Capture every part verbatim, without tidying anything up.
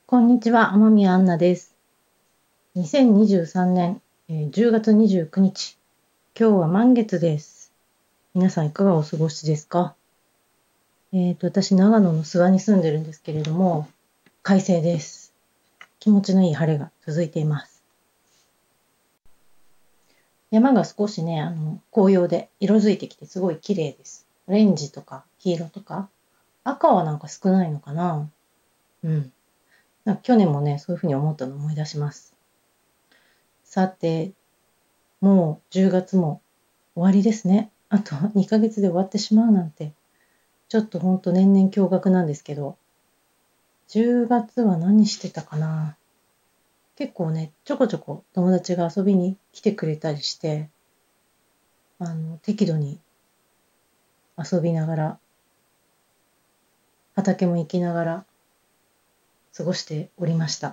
こんにちは、天宮アンナです。にせんにじゅうさんねん、えーじゅうがつにじゅうくにち、今日は満月です。皆さんいかがお過ごしですか？えっと、私、長野の諏訪に住んでるんですけれども、快晴です。気持ちのいい晴れが続いています。山が少しね、あの、紅葉で色づいてきてすごい綺麗です。オレンジとか黄色とか、赤はなんか少ないのかな。うん。なんか去年もね、そういうふうに思ったのを思い出します。さて、もうじゅうがつも終わりですね。あとにかげつで終わってしまうなんて、ちょっとほんと年々驚愕なんですけど、じゅうがつは何してたかな。結構ね、ちょこちょこ友達が遊びに来てくれたりして、あの、適度に遊びながら、畑も行きながら過ごしておりました。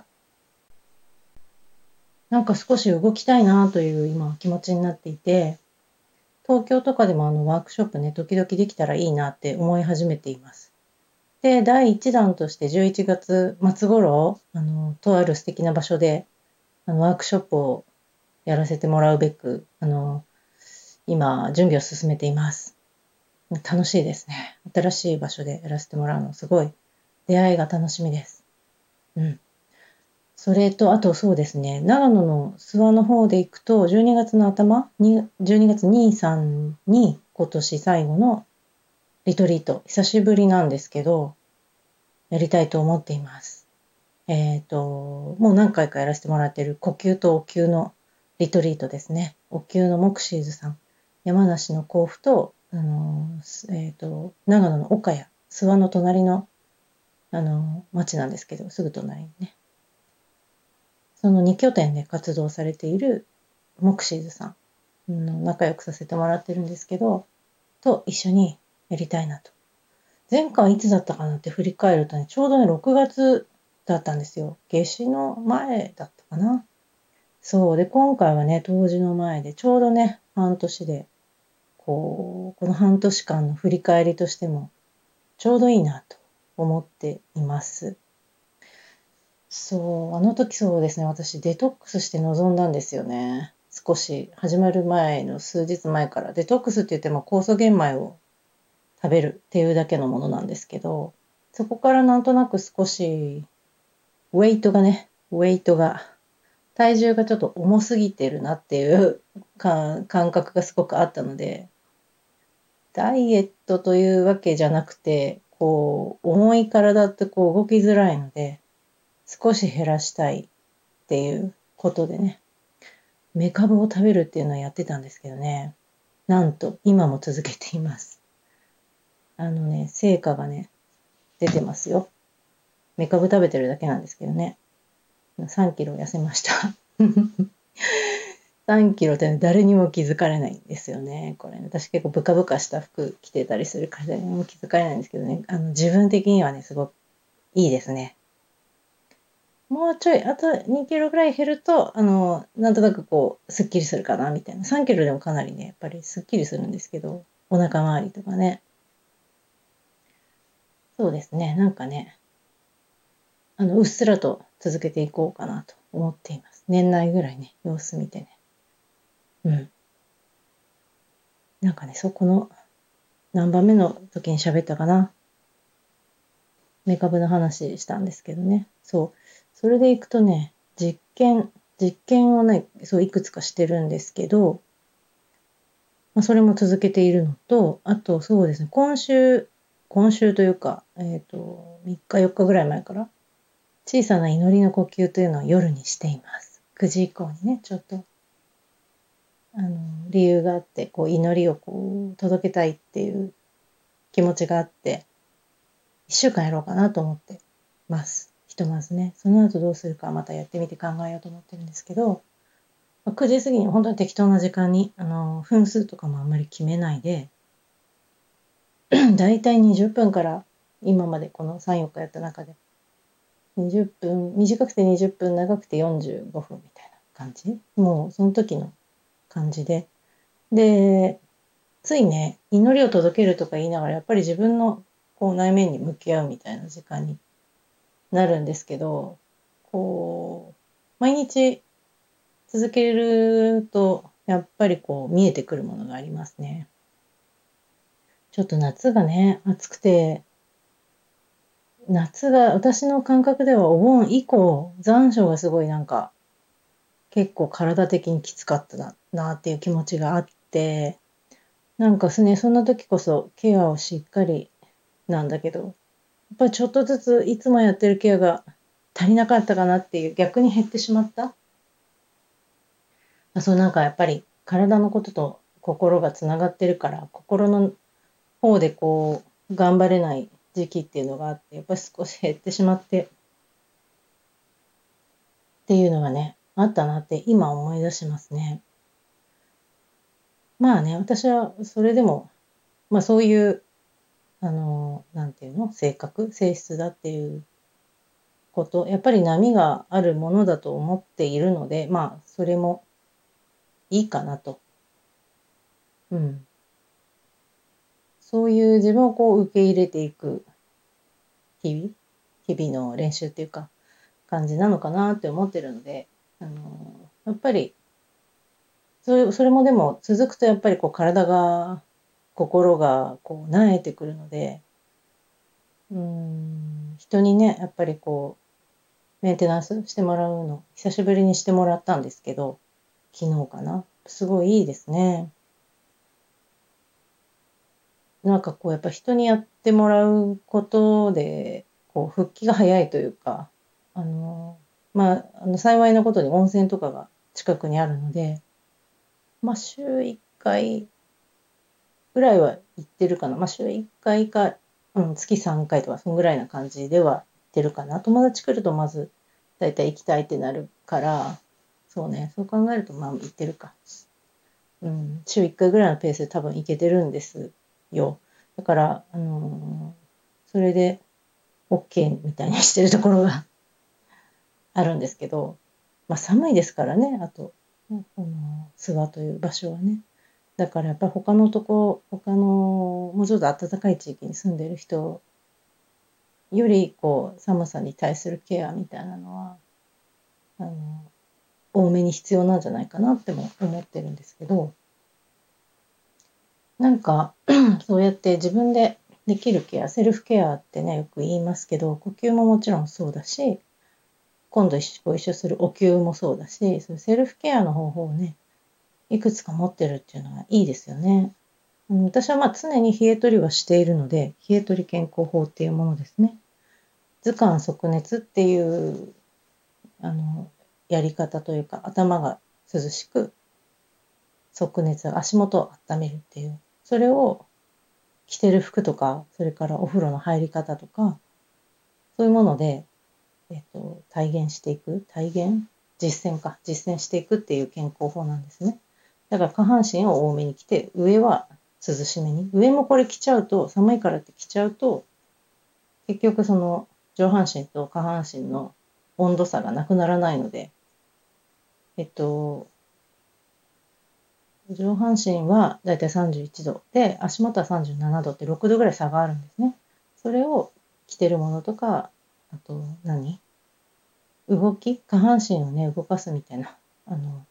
なんか少し動きたいなという今気持ちになっていて、東京とかでもあのワークショップね、時々できたらいいなって思い始めています。で、だいいちだんとしてじゅういちがつ末頃、あの、とある素敵な場所で、あの、ワークショップをやらせてもらうべく、あの、今、準備を進めています。楽しいですね。新しい場所でやらせてもらうの、すごい、出会いが楽しみです。うん。それと、あとそうですね、長野の諏訪の方で行くと、じゅうにがつの頭に、じゅうにがつに、さんに、今年最後のリトリート、久しぶりなんですけど、やりたいと思っています。えっと、もう何回かやらせてもらっている呼吸とお灸のリトリートですね。お灸のモクシーズさん。山梨の甲府と、あの、えっと、長野の岡谷、諏訪の隣の、あの、町なんですけど、すぐ隣にね。そのに拠点で活動されているモクシーズさんの仲良くさせてもらってるんですけど、と一緒にやりたいなと。前回いつだったかなって振り返るとね、ちょうどね、ろくがつだったんですよ。夏至の前だったかな。そう。で、今回はね、冬至の前で、ちょうどね、半年で、こう、この半年間の振り返りとしても、ちょうどいいなと思っています。そう、あの時そうですね、私デトックスして臨んだんですよね。少し始まる前の数日前から、デトックスって言っても酵素玄米を食べるっていうだけのものなんですけど、そこからなんとなく少し、ウェイトがね、ウェイトが体重がちょっと重すぎてるなっていうか感覚がすごくあったので、ダイエットというわけじゃなくて、こう、重い体ってこう動きづらいので、少し減らしたいっていうことでね、メカブを食べるっていうのはやってたんですけどね、なんと今も続けています。あのね、成果がね、出てますよ。メカブ食べてるだけなんですけどね。さんキロ痩せました。さんキロって誰にも気づかれないんですよね。これ、ね、私結構ブカブカした服着てたりするから誰にも気づかれないんですけどね。あの自分的にはね、すごくいいですね。もうちょい、あとにキロぐらい減ると、あの、なんとなくこう、すっきりするかな、みたいな。さんキロでもかなりね、やっぱりすっきりするんですけど、お腹周りとかね。そうですね、なんかね、あの、うっすらと続けていこうかなと思っています。年内ぐらいね、様子見てね。うん。なんかね、そこの何番目の時に喋ったかな。メカブの話したんですけどね。そう。それでいくとね、実験、実験をね、そういくつかしてるんですけど、まあ、それも続けているのと、あとそうですね、今週、今週というか、えっと、みっかよっかぐらい前から、小さな祈りの呼吸というのを夜にしています。くじ以降にね、ちょっと、あの、理由があって、こう、祈りをこう、届けたいっていう気持ちがあって、いっしゅうかんやろうかなと思ってます。ひとまずね。その後どうするかはまたやってみて考えようと思ってるんですけど、くじ過ぎに本当に適当な時間に、あの、分数とかもあんまり決めないで、だいたいにじゅっぷんから今までこのさん、よっかやった中で、にじゅっぷん、短くてにじゅっぷん、長くてよんじゅうごふんみたいな感じ。もうその時の感じで。で、ついね、祈りを届けるとか言いながら、やっぱり自分のこう内面に向き合うみたいな時間になるんですけど、 こう、毎日続けると、やっぱりこう見えてくるものがありますね。ちょっと夏がね、暑くて、夏が、私の感覚ではお盆以降、残暑がすごいなんか、結構体的にきつかったな、なっていう気持ちがあって、なんかすね、そんな時こそケアをしっかりなんだけど、やっぱりちょっとずついつもやってるケアが足りなかったかなっていう、逆に減ってしまった。あ、そう、なんかやっぱり体のことと心がつながってるから、心の方でこう、頑張れない時期っていうのがあって、やっぱり少し減ってしまってっていうのがね、あったなって今思い出しますね。まあね、私はそれでも、まあそういう、あの、なんていうの、性格、性質だっていうこと、やっぱり波があるものだと思っているので、まあそれもいいかなと。うん。そういう自分をこう受け入れていく日々、日々の練習っていうか、感じなのかなって思ってるので、あの、やっぱり、それ、それもでも続くとやっぱりこう体が、心がこう慣れてくるので、うーん、人にね、やっぱりこう、メンテナンスしてもらうの、久しぶりにしてもらったんですけど、昨日かな。すごいいいですね。なんかこう、やっぱ人にやってもらうことで、こう、復帰が早いというか、あの、まあ、あの、幸いなことに温泉とかが近くにあるので、まあ、週いっかいぐらいは行ってるかな。まあ、週いっかいか、うん、月さんかいとか、そんぐらいな感じでは行ってるかな。友達来るとまず、だいたい行きたいってなるから、そうね、そう考えると、まあ、行ってるか。うん、週いっかいぐらいのペースで多分行けてるんですよ。だから、あのーそれで OK みたいにしてるところがあるんですけど、まあ寒いですからね、あと、この諏訪という場所はね。だからやっぱり他のとこ、他のもうちょっと暖かい地域に住んでる人よりこう寒さに対するケアみたいなのは、あの、多めに必要なんじゃないかなっても思ってるんですけど、なんかそうやって自分でできるケア、セルフケアってね、よく言いますけど、呼吸ももちろんそうだし、今度ご一緒するお灸もそうだし、そういうセルフケアの方法をね、いくつか持ってるっていうのはいいですよね。うん、私はまあ常に冷え取りはしているので、冷え取り健康法っていうものですね。頭寒足熱っていうあのやり方というか、頭が涼しく、足熱、足元を温めるっていう、それを着てる服とか、それからお風呂の入り方とか、そういうもので、えっと、体現していく、体現実践か、実践していくっていう健康法なんですね。だから下半身を多めに着て、上は涼しめに。上もこれ着ちゃうと、寒いからって着ちゃうと、結局その上半身と下半身の温度差がなくならないので、えっと、上半身はだいたいさんじゅういちどで、足元はさんじゅうななどってろくどぐらい差があるんですね。それを着てるものとか、あと何動き下半身をね、動かすみたいな。あの、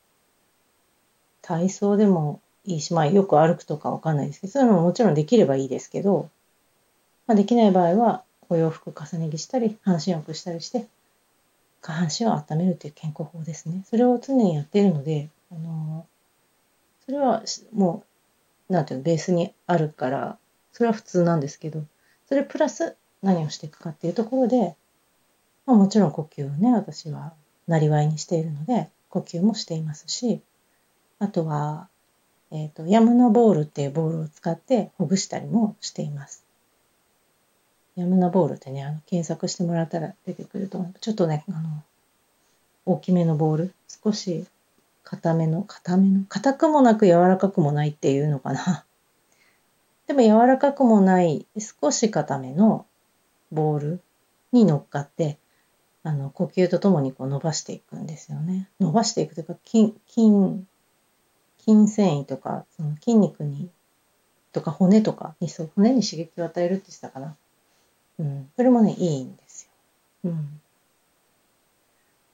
体操でもいいし、まあよく歩くとかわかんないですけど、そういうのももちろんできればいいですけど、まあ、できない場合は、お洋服重ね着したり、半身浴したりして、下半身を温めるという健康法ですね。それを常にやっているので、あの、それはもう、なんていうの、ベースにあるから、それは普通なんですけど、それプラス何をしていくかっていうところで、まあ、もちろん呼吸をね、私はなりわいにしているので、呼吸もしていますし、あとは、えっと、ヤムナボールっていうボールを使ってほぐしたりもしています。ヤムナボールってね、あの検索してもらったら出てくると思う。ちょっとね、あの、大きめのボール、少し硬めの、硬めの、硬くもなく柔らかくもないっていうのかな。でも柔らかくもない、少し硬めのボールに乗っかって、あの、呼吸とともにこう伸ばしていくんですよね。伸ばしていくというか、筋、筋、筋繊維とか、その筋肉に、とか骨とかに、そう、骨に刺激を与えるって言ってたかな。うん。それもね、いいんですよ。うん。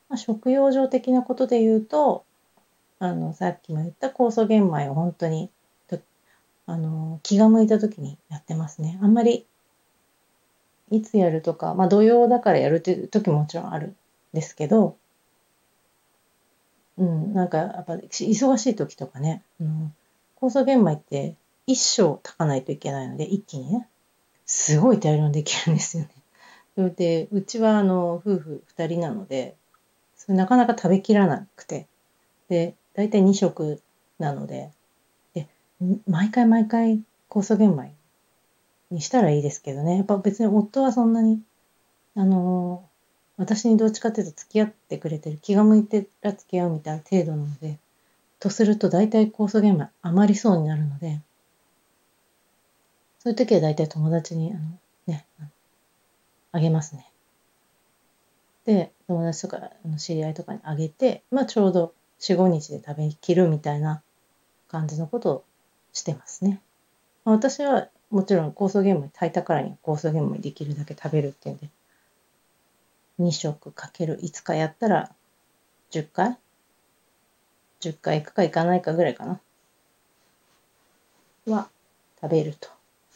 まあ、食用上的なことで言うと、あの、さっきも言った酵素玄米を本当に、とあの、気が向いた時にやってますね。あんまり、いつやるとか、まあ、土曜だからやるっていう時ももちろんあるんですけど、うん、なんか、やっぱ、忙しい時とかね、うん、酵素玄米って一升炊かないといけないので、一気にね、すごい大量にできるんですよね。それで、うちはあの、夫婦二人なので、それなかなか食べきらなくて、で、だいたいに食なので、で、毎回毎回酵素玄米にしたらいいですけどね。やっぱ別に夫はそんなに、あの私にどっちかっていうと付き合ってくれてる、気が向いてら付き合うみたいな程度なので、とすると大体酵素玄米余りそうになるので、そういう時は大体友達に、あの、ね、あげますね。で、友達とか、あの知り合いとかにあげて、まあちょうどよん、ごにちで食べきるみたいな感じのことをしてますね。まあ私はもちろん酵素玄米炊いたからに酵素玄米できるだけ食べるっていうんで、に食かけるいつかやったらじゅっかい ?じゅっ 回行くか行かないかぐらいかな。は食べると。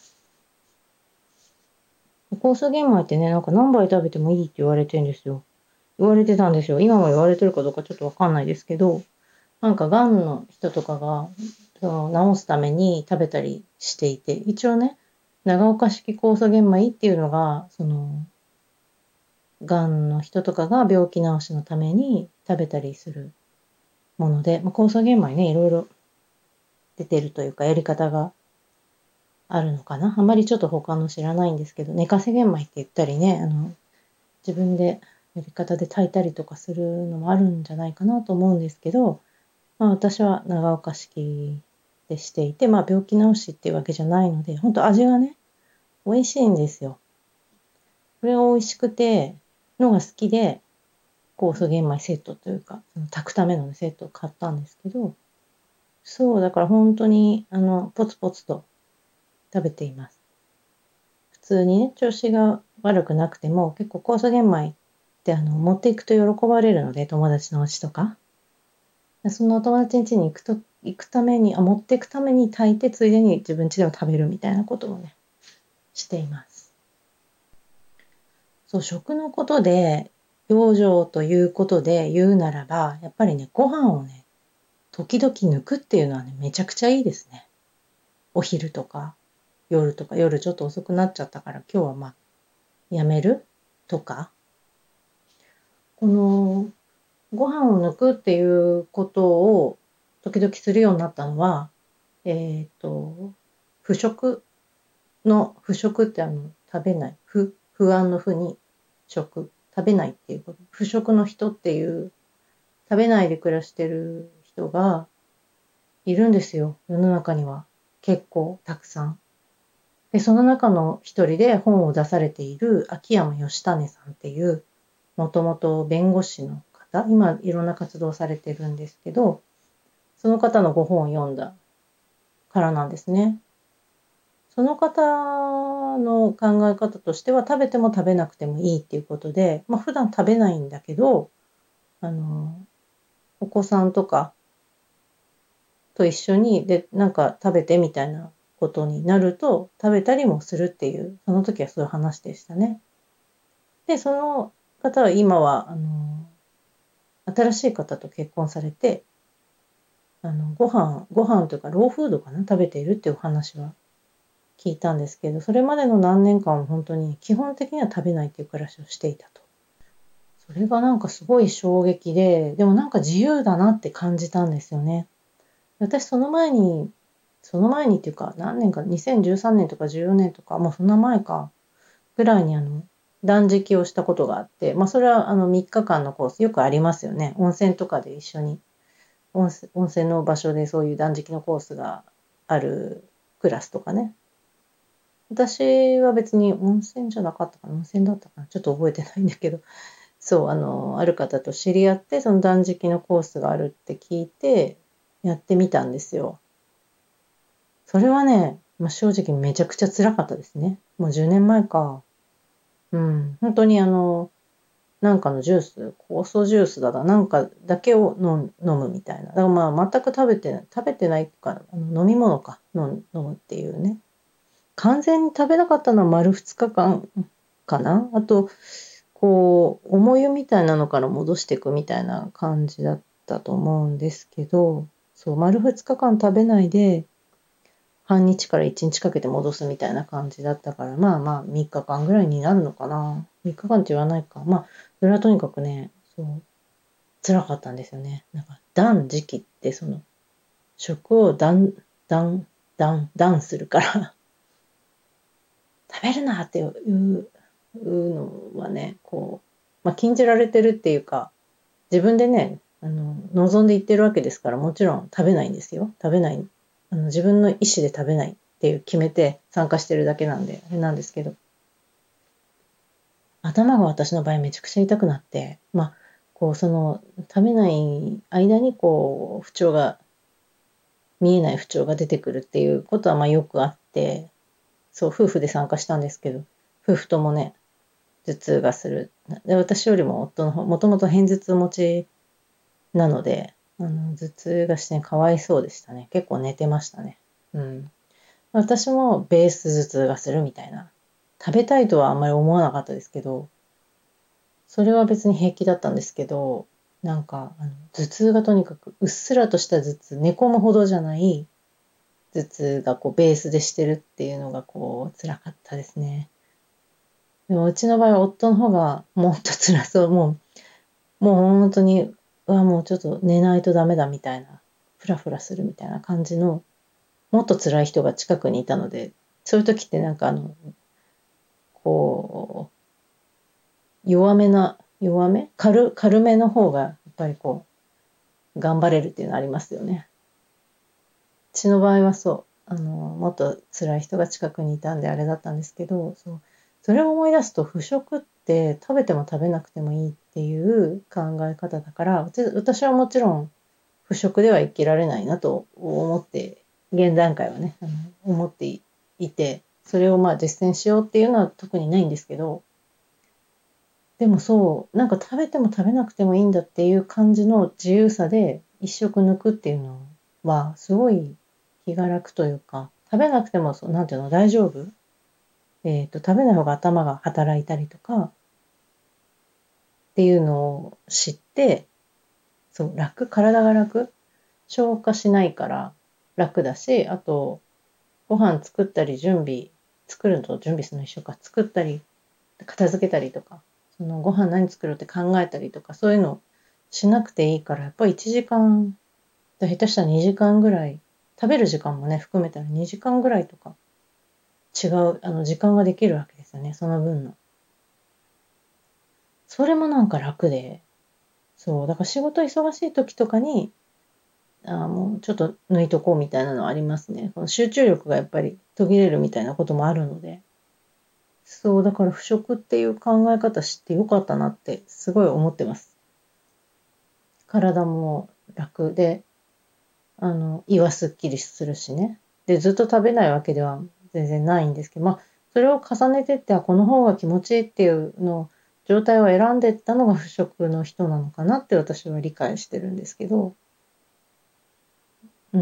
酵素玄米ってね、なんか何杯食べてもいいって言われてるんですよ。言われてたんですよ。今も言われてるかどうかちょっとわかんないですけど、なんか癌の人とかが、その治すために食べたりしていて、一応ね、長岡式酵素玄米っていうのが、その、癌の人とかが病気治しのために食べたりするもので、まあ、酵素玄米ね、いろいろ出てるというか、やり方があるのかな。あんまりちょっと他の知らないんですけど、寝かせ玄米って言ったりね、あの、自分でやり方で炊いたりとかするのもあるんじゃないかなと思うんですけど、まあ私は長岡式でしていて、まあ病気治しっていうわけじゃないので、本当味がね、美味しいんですよ。これが美味しくて、のが好きで、酵素玄米セットというか、その炊くための、ね、セットを買ったんですけど、そう、だから本当に、あの、ポツポツと食べています。普通にね、調子が悪くなくても、結構酵素玄米ってあの、持っていくと喜ばれるので、友達のお家とか。そのお友達ん家に行くと、行くために、あ、持っていくために炊いて、ついでに自分家でも食べるみたいなことをね、しています。そう、食のことで、養生ということで言うならば、やっぱりね、ご飯をね、時々抜くっていうのはね、めちゃくちゃいいですね。お昼とか、夜とか、夜ちょっと遅くなっちゃったから、今日はまあ、やめるとか、この、ご飯を抜くっていうことを時々するようになったのは、えっと、不食の、不食ってあの、食べない、不、不安の不に食、食べないっていうこと、不食の人っていう、食べないで暮らしてる人がいるんですよ、世の中には。結構たくさん。で、その中の一人で本を出されている秋山義種さんっていう、もともと弁護士の方、今いろんな活動をされてるんですけど、その方のご本を読んだからなんですね。その方の考え方としては、食べても食べなくてもいいっていうことで、まあ普段食べないんだけど、あの、お子さんとかと一緒に、で、なんか食べてみたいなことになると、食べたりもするっていう、その時はそういう話でしたね。で、その方は今は、あの、新しい方と結婚されて、あの、ご飯、ご飯というか、ローフードかな、食べているっていうお話は聞いたんですけど、それまでの何年間は本当に基本的には食べないっていう暮らしをしていたと。それがなんかすごい衝撃で、でもなんか自由だなって感じたんですよね。私その前に、その前にっていうか何年か、にせんじゅうさんねんとかじゅうよねんとか、もうそんな前か、ぐらいにあの、断食をしたことがあって、まあそれはあのみっかかんのコースよくありますよね。温泉とかで一緒に、温泉温泉の場所でそういう断食のコースがあるクラスとかね。私は別に温泉じゃなかったかな、温泉だったかな、ちょっと覚えてないんだけど、そう、あの、ある方と知り合って、その断食のコースがあるって聞いて、やってみたんですよ。それはね、まあ、正直めちゃくちゃ辛かったですね。もうじゅうねんまえか。うん。本当にあの、 なんかのジュース、酵素ジュースだな、なんかだけを飲飲むみたいな。だからまあ全く食べてない、食べてないか、あの飲み物か、飲飲むっていうね。完全に食べなかったのは丸ふつかかんかな。あと、こう、重湯みたいなのから戻していくみたいな感じだったと思うんですけど、そう、丸ふつかかん食べないで、半日からいちにちかけて戻すみたいな感じだったから、まあまあみっかかんぐらいになるのかな。みっかかんって言わないか。まあ、それはとにかくね、そう、辛かったんですよね。なんか、断食ってその、食を断、断、断、断するから食べるなっていうのはね、こう、まあ、禁じられてるっていうか、自分でね、あの、望んで言ってるわけですから、もちろん食べないんですよ。食べない。あの、自分の意思で食べないっていう決めて参加してるだけなんで、あれなんですけど、頭が私の場合めちゃくちゃ痛くなって、まあ、こう、その、食べない間に、こう、不調が、見えない不調が出てくるっていうことは、まあよくあって、そう、夫婦で参加したんですけど、夫婦ともね、頭痛がする。で、私よりも夫の方、もともと片頭痛持ちなので、あの、頭痛がしてね、かわいそうでしたね。結構寝てましたね。うん。私もベース頭痛がするみたいな。食べたいとはあんまり思わなかったですけど、それは別に平気だったんですけど、なんか、あの頭痛がとにかく、うっすらとした頭痛、寝込むほどじゃない頭痛がこうベースでしてるっていうのがこう辛かったですね。でもうちの場合は夫の方がもっと辛そう。もう、もう本当に、うわ、もうちょっと寝ないとダメだみたいな、フラフラするみたいな感じの、もっと辛い人が近くにいたので、そういう時ってなんかあの、こう、弱めな、弱め軽、軽めの方が、やっぱりこう、頑張れるっていうのありますよね。うちの場合はそう、あの、もっと辛い人が近くにいたんであれだったんですけど、そう、それを思い出すと、不食って食べても食べなくてもいいっていう考え方だから、私はもちろん不食では生きられないなと思って、現段階はね、あの思っていて、それをまあ実践しようっていうのは特にないんですけど、でもそう、なんか食べても食べなくてもいいんだっていう感じの自由さで一食抜くっていうのは、すごい気が楽というか、食べなくてもそう、なんていうの、大丈夫。えっと、食べない方が頭が働いたりとかっていうのを知って、そう、楽、体が楽、消化しないから楽だし、あと、ご飯作ったり準備、作るのと準備するの一緒か、作ったり、片付けたりとか、そのご飯何作るって考えたりとか、そういうのしなくていいから、やっぱりいちじかん、下手したらにじかんぐらい、食べる時間もね、含めたらにじかんぐらいとか違う、あの、時間ができるわけですよね、その分の。それもなんか楽で、そう、だから仕事忙しい時とかに、あーもうちょっと抜いとこうみたいなのはありますね。この集中力がやっぱり途切れるみたいなこともあるので。そう、だから不食っていう考え方知ってよかったなってすごい思ってます。体も楽で、あの、胃はすっきりするしね。で、ずっと食べないわけでは全然ないんですけど、まあ、それを重ねてって、あ、この方が気持ちいいっていうのを、状態を選んでいったのが不食の人なのかなって私は理解してるんですけど、うん、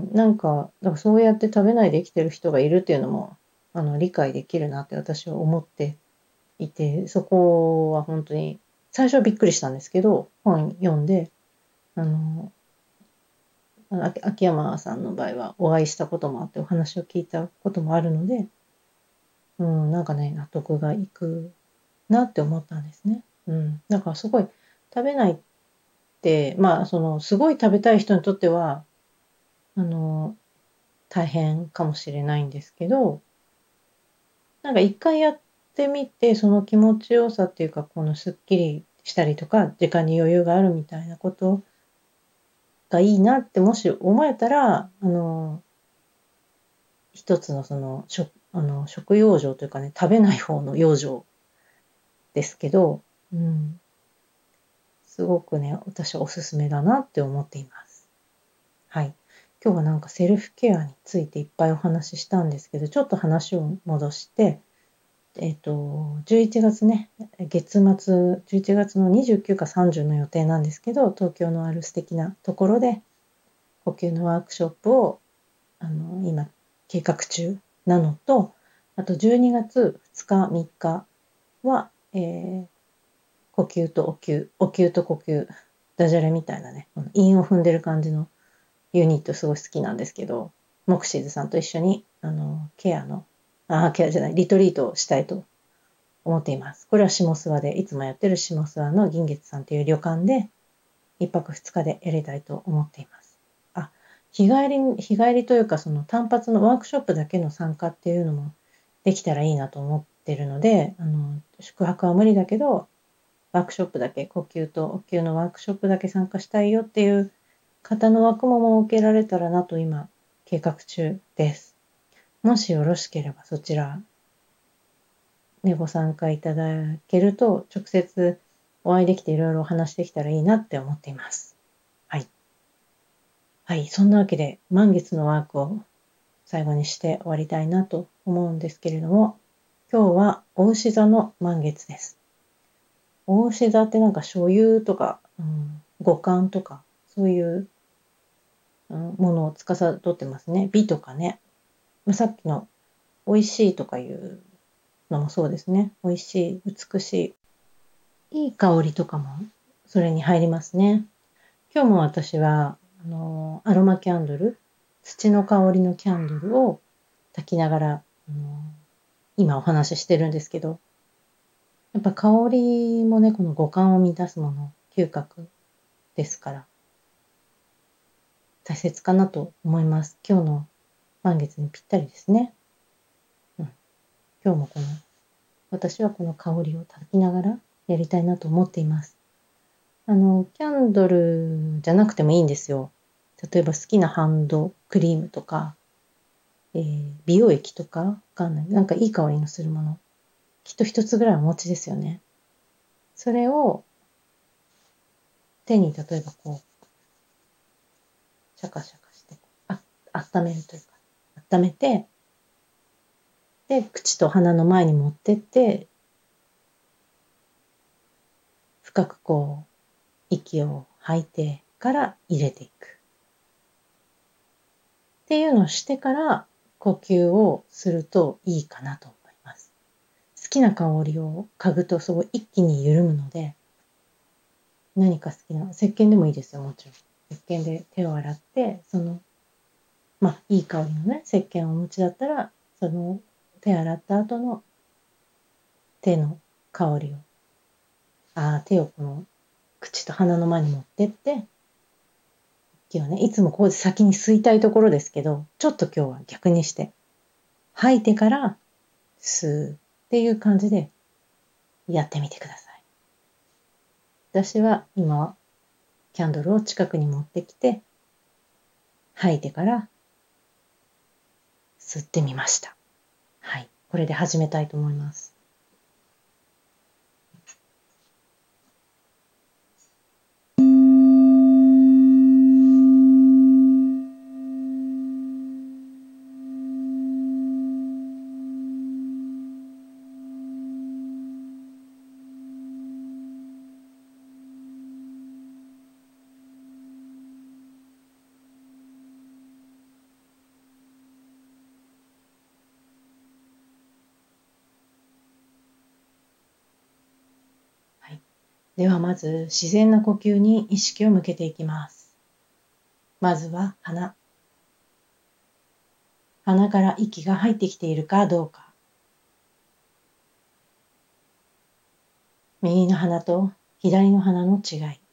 なんか、だからそうやって食べないで生きてる人がいるっていうのも、あの、理解できるなって私は思っていて、そこは本当に、最初はびっくりしたんですけど、本読んで、あの、あの秋秋山さんの場合はお会いしたこともあって、お話を聞いたこともあるので、うん、なんかね、納得がいくなって思ったんですね。うん。だからすごい、食べないって、まあ、その、すごい食べたい人にとっては、あの、大変かもしれないんですけど、なんか一回やってみて、その気持ちよさっていうか、このすっきりしたりとか、時間に余裕があるみたいなことがいいなってもし思えたら、あの、一つのその食、あの、食養生というかね、食べない方の養生ですけど、うん、すごくね、私はおすすめだなって思っています。はい。今日はなんかセルフケアについていっぱいお話ししたんですけど、ちょっと話を戻して、 えっと、じゅういちがつね、月末、じゅういちがつのにじゅうくかさんじゅうの予定なんですけど、東京のある素敵なところで、呼吸のワークショップを、あの、今、計画中なのと、あとじゅうにがつふつか、みっかは、えー呼吸とお灸、お灸と呼吸、ダジャレみたいなね、この韻を踏んでる感じのユニットすごい好きなんですけど、モクシーズさんと一緒に、あの、ケアの、あ、ケアじゃない、リトリートをしたいと思っています。これは下諏訪で、いつもやってる下諏訪の銀月さんという旅館で、一泊二日でやりたいと思っています。あ、日帰り、日帰りというか、その単発のワークショップだけの参加っていうのもできたらいいなと思ってるので、あの、宿泊は無理だけど、ワークショップだけ、呼吸とお灸のワークショップだけ参加したいよっていう方の枠も設けられたらなと今、計画中です。もしよろしければそちら、ね、ご参加いただけると、直接お会いできていろいろお話できたらいいなって思っています。はい。はい。そんなわけで、満月のワークを最後にして終わりたいなと思うんですけれども、今日は牡牛座の満月です。牡牛座ってなんか所有とか、うん、五感とか、そういうものを司ってますね。美とかね。さっきの美味しいとかいうのもそうですね。美味しい、美しい、いい香りとかもそれに入りますね。今日も私は、あの、アロマキャンドル、土の香りのキャンドルを焚きながら、あの今お話ししてるんですけど、やっぱ香りもね、この五感を満たすもの、嗅覚ですから、大切かなと思います。今日の満月にぴったりですね。うん、今日もこの、私はこの香りを焚きながらやりたいなと思っています。あの、キャンドルじゃなくてもいいんですよ。例えば好きなハンドクリームとか、えー美容液とか、わかんない。なんかいい香りのするもの。きっと一つぐらいお持ちですよね。それを手に例えばこう、シャカシャカして、あ、温めるというか、温めて、で、口と鼻の前に持ってって、深くこう、息を吐いてから入れていく。っていうのをしてから呼吸をするといいかなと思います。好きな香りを嗅ぐとすごい一気に緩むので、何か好きな、石鹸でもいいですよ、もちろん。石鹸で手を洗って、その、まあ、いい香りのね、石鹸をお持ちだったら、その、手洗った後の手の香りを、ああ、手をこの、口と鼻の前に持ってって、息をね、いつもこう先に吸いたいところですけど、ちょっと今日は逆にして、吐いてから吸うっていう感じでやってみてください。私は今、キャンドルを近くに持ってきて、吐いてから吸ってみました。はい。これで始めたいと思います。はい。ではまず自然な呼吸に意識を向けていきます。まずは鼻。鼻から息が入ってきているかどうか。右の鼻と左の鼻の違い。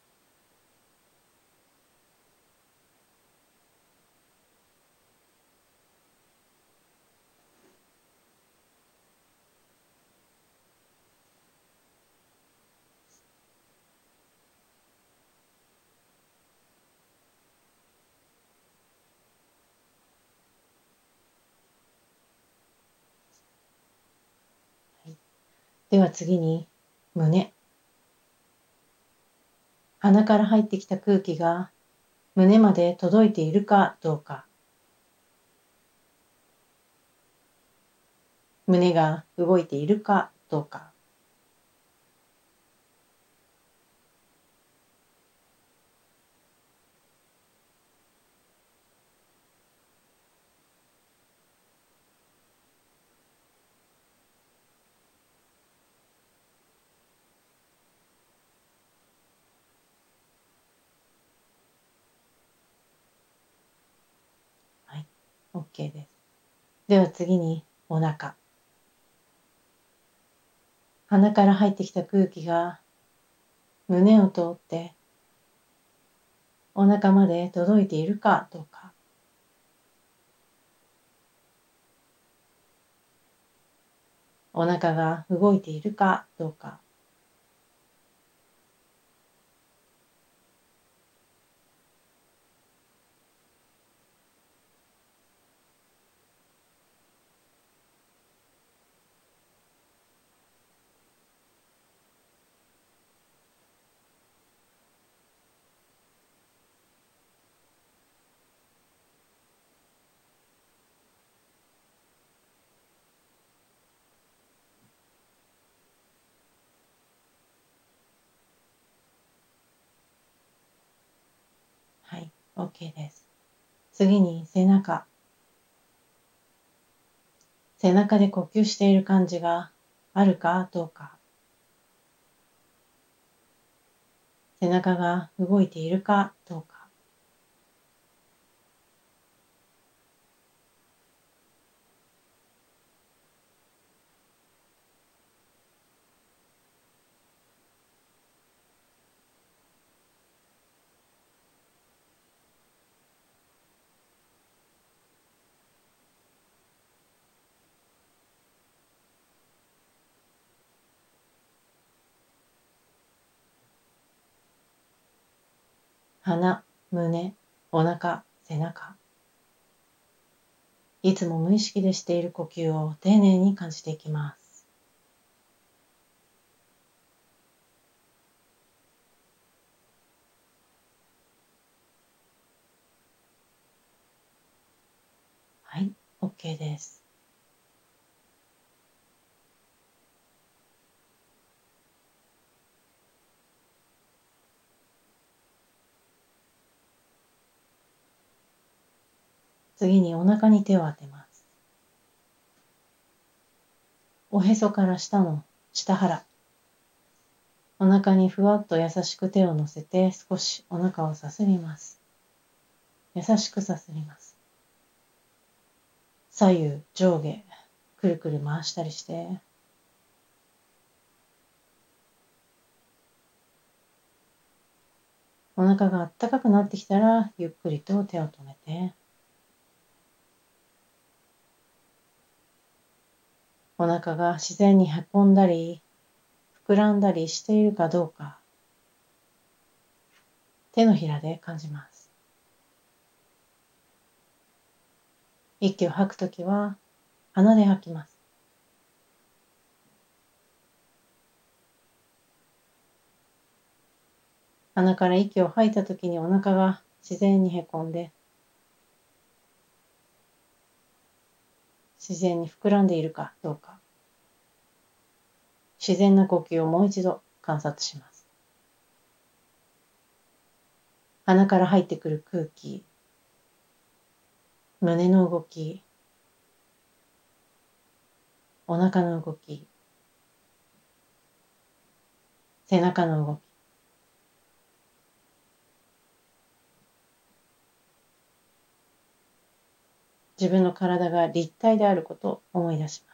はい、では次に胸。鼻から入ってきた空気が胸まで届いているかどうか。 胸が動いているかどうか。はい、OK です。では次にお腹。鼻から入ってきた空気が胸を通ってお腹まで届いているかどうか。お腹が動いているかどうか。はい、OK です。次に背中。背中で呼吸している感じがあるかどうか。背中が動いているかどうか。鼻、胸、お腹、背中。いつも無意識でしている呼吸を丁寧に感じていきます。はい、OK です。次にお腹に手を当てます。おへそから下の下腹。お腹にふわっと優しく手を乗せて少しお腹をさすります。優しくさすります。左右、上下、くるくる回したりして、お腹があったかくなってきたらゆっくりと手を止めて、お腹が自然にへこんだり膨らんだりしているかどうか手のひらで感じます。息を吐くときは鼻で吐きます。鼻から息を吐いたときにお腹が自然にへこんで自然に膨らんでいるかどうか、自然な呼吸をもう一度観察します。鼻から入ってくる空気、胸の動き、お腹の動き、背中の動き、自分の体が立体であることを思い出します。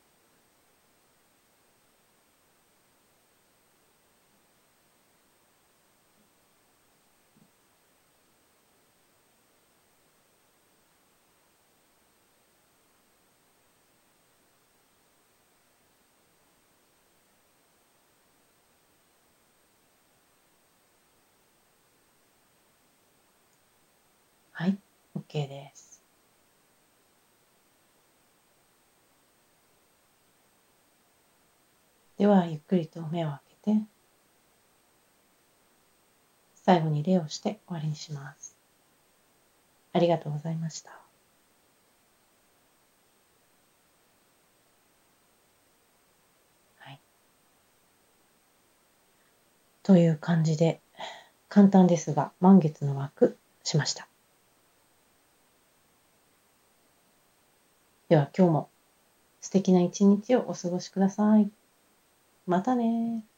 はい、OK です。では、ゆっくりと目を開けて、最後に礼をして終わりにします。ありがとうございました。 という感じで、簡単ですが、満月の枠しました。では今日も素敵な一日をお過ごしください。またね。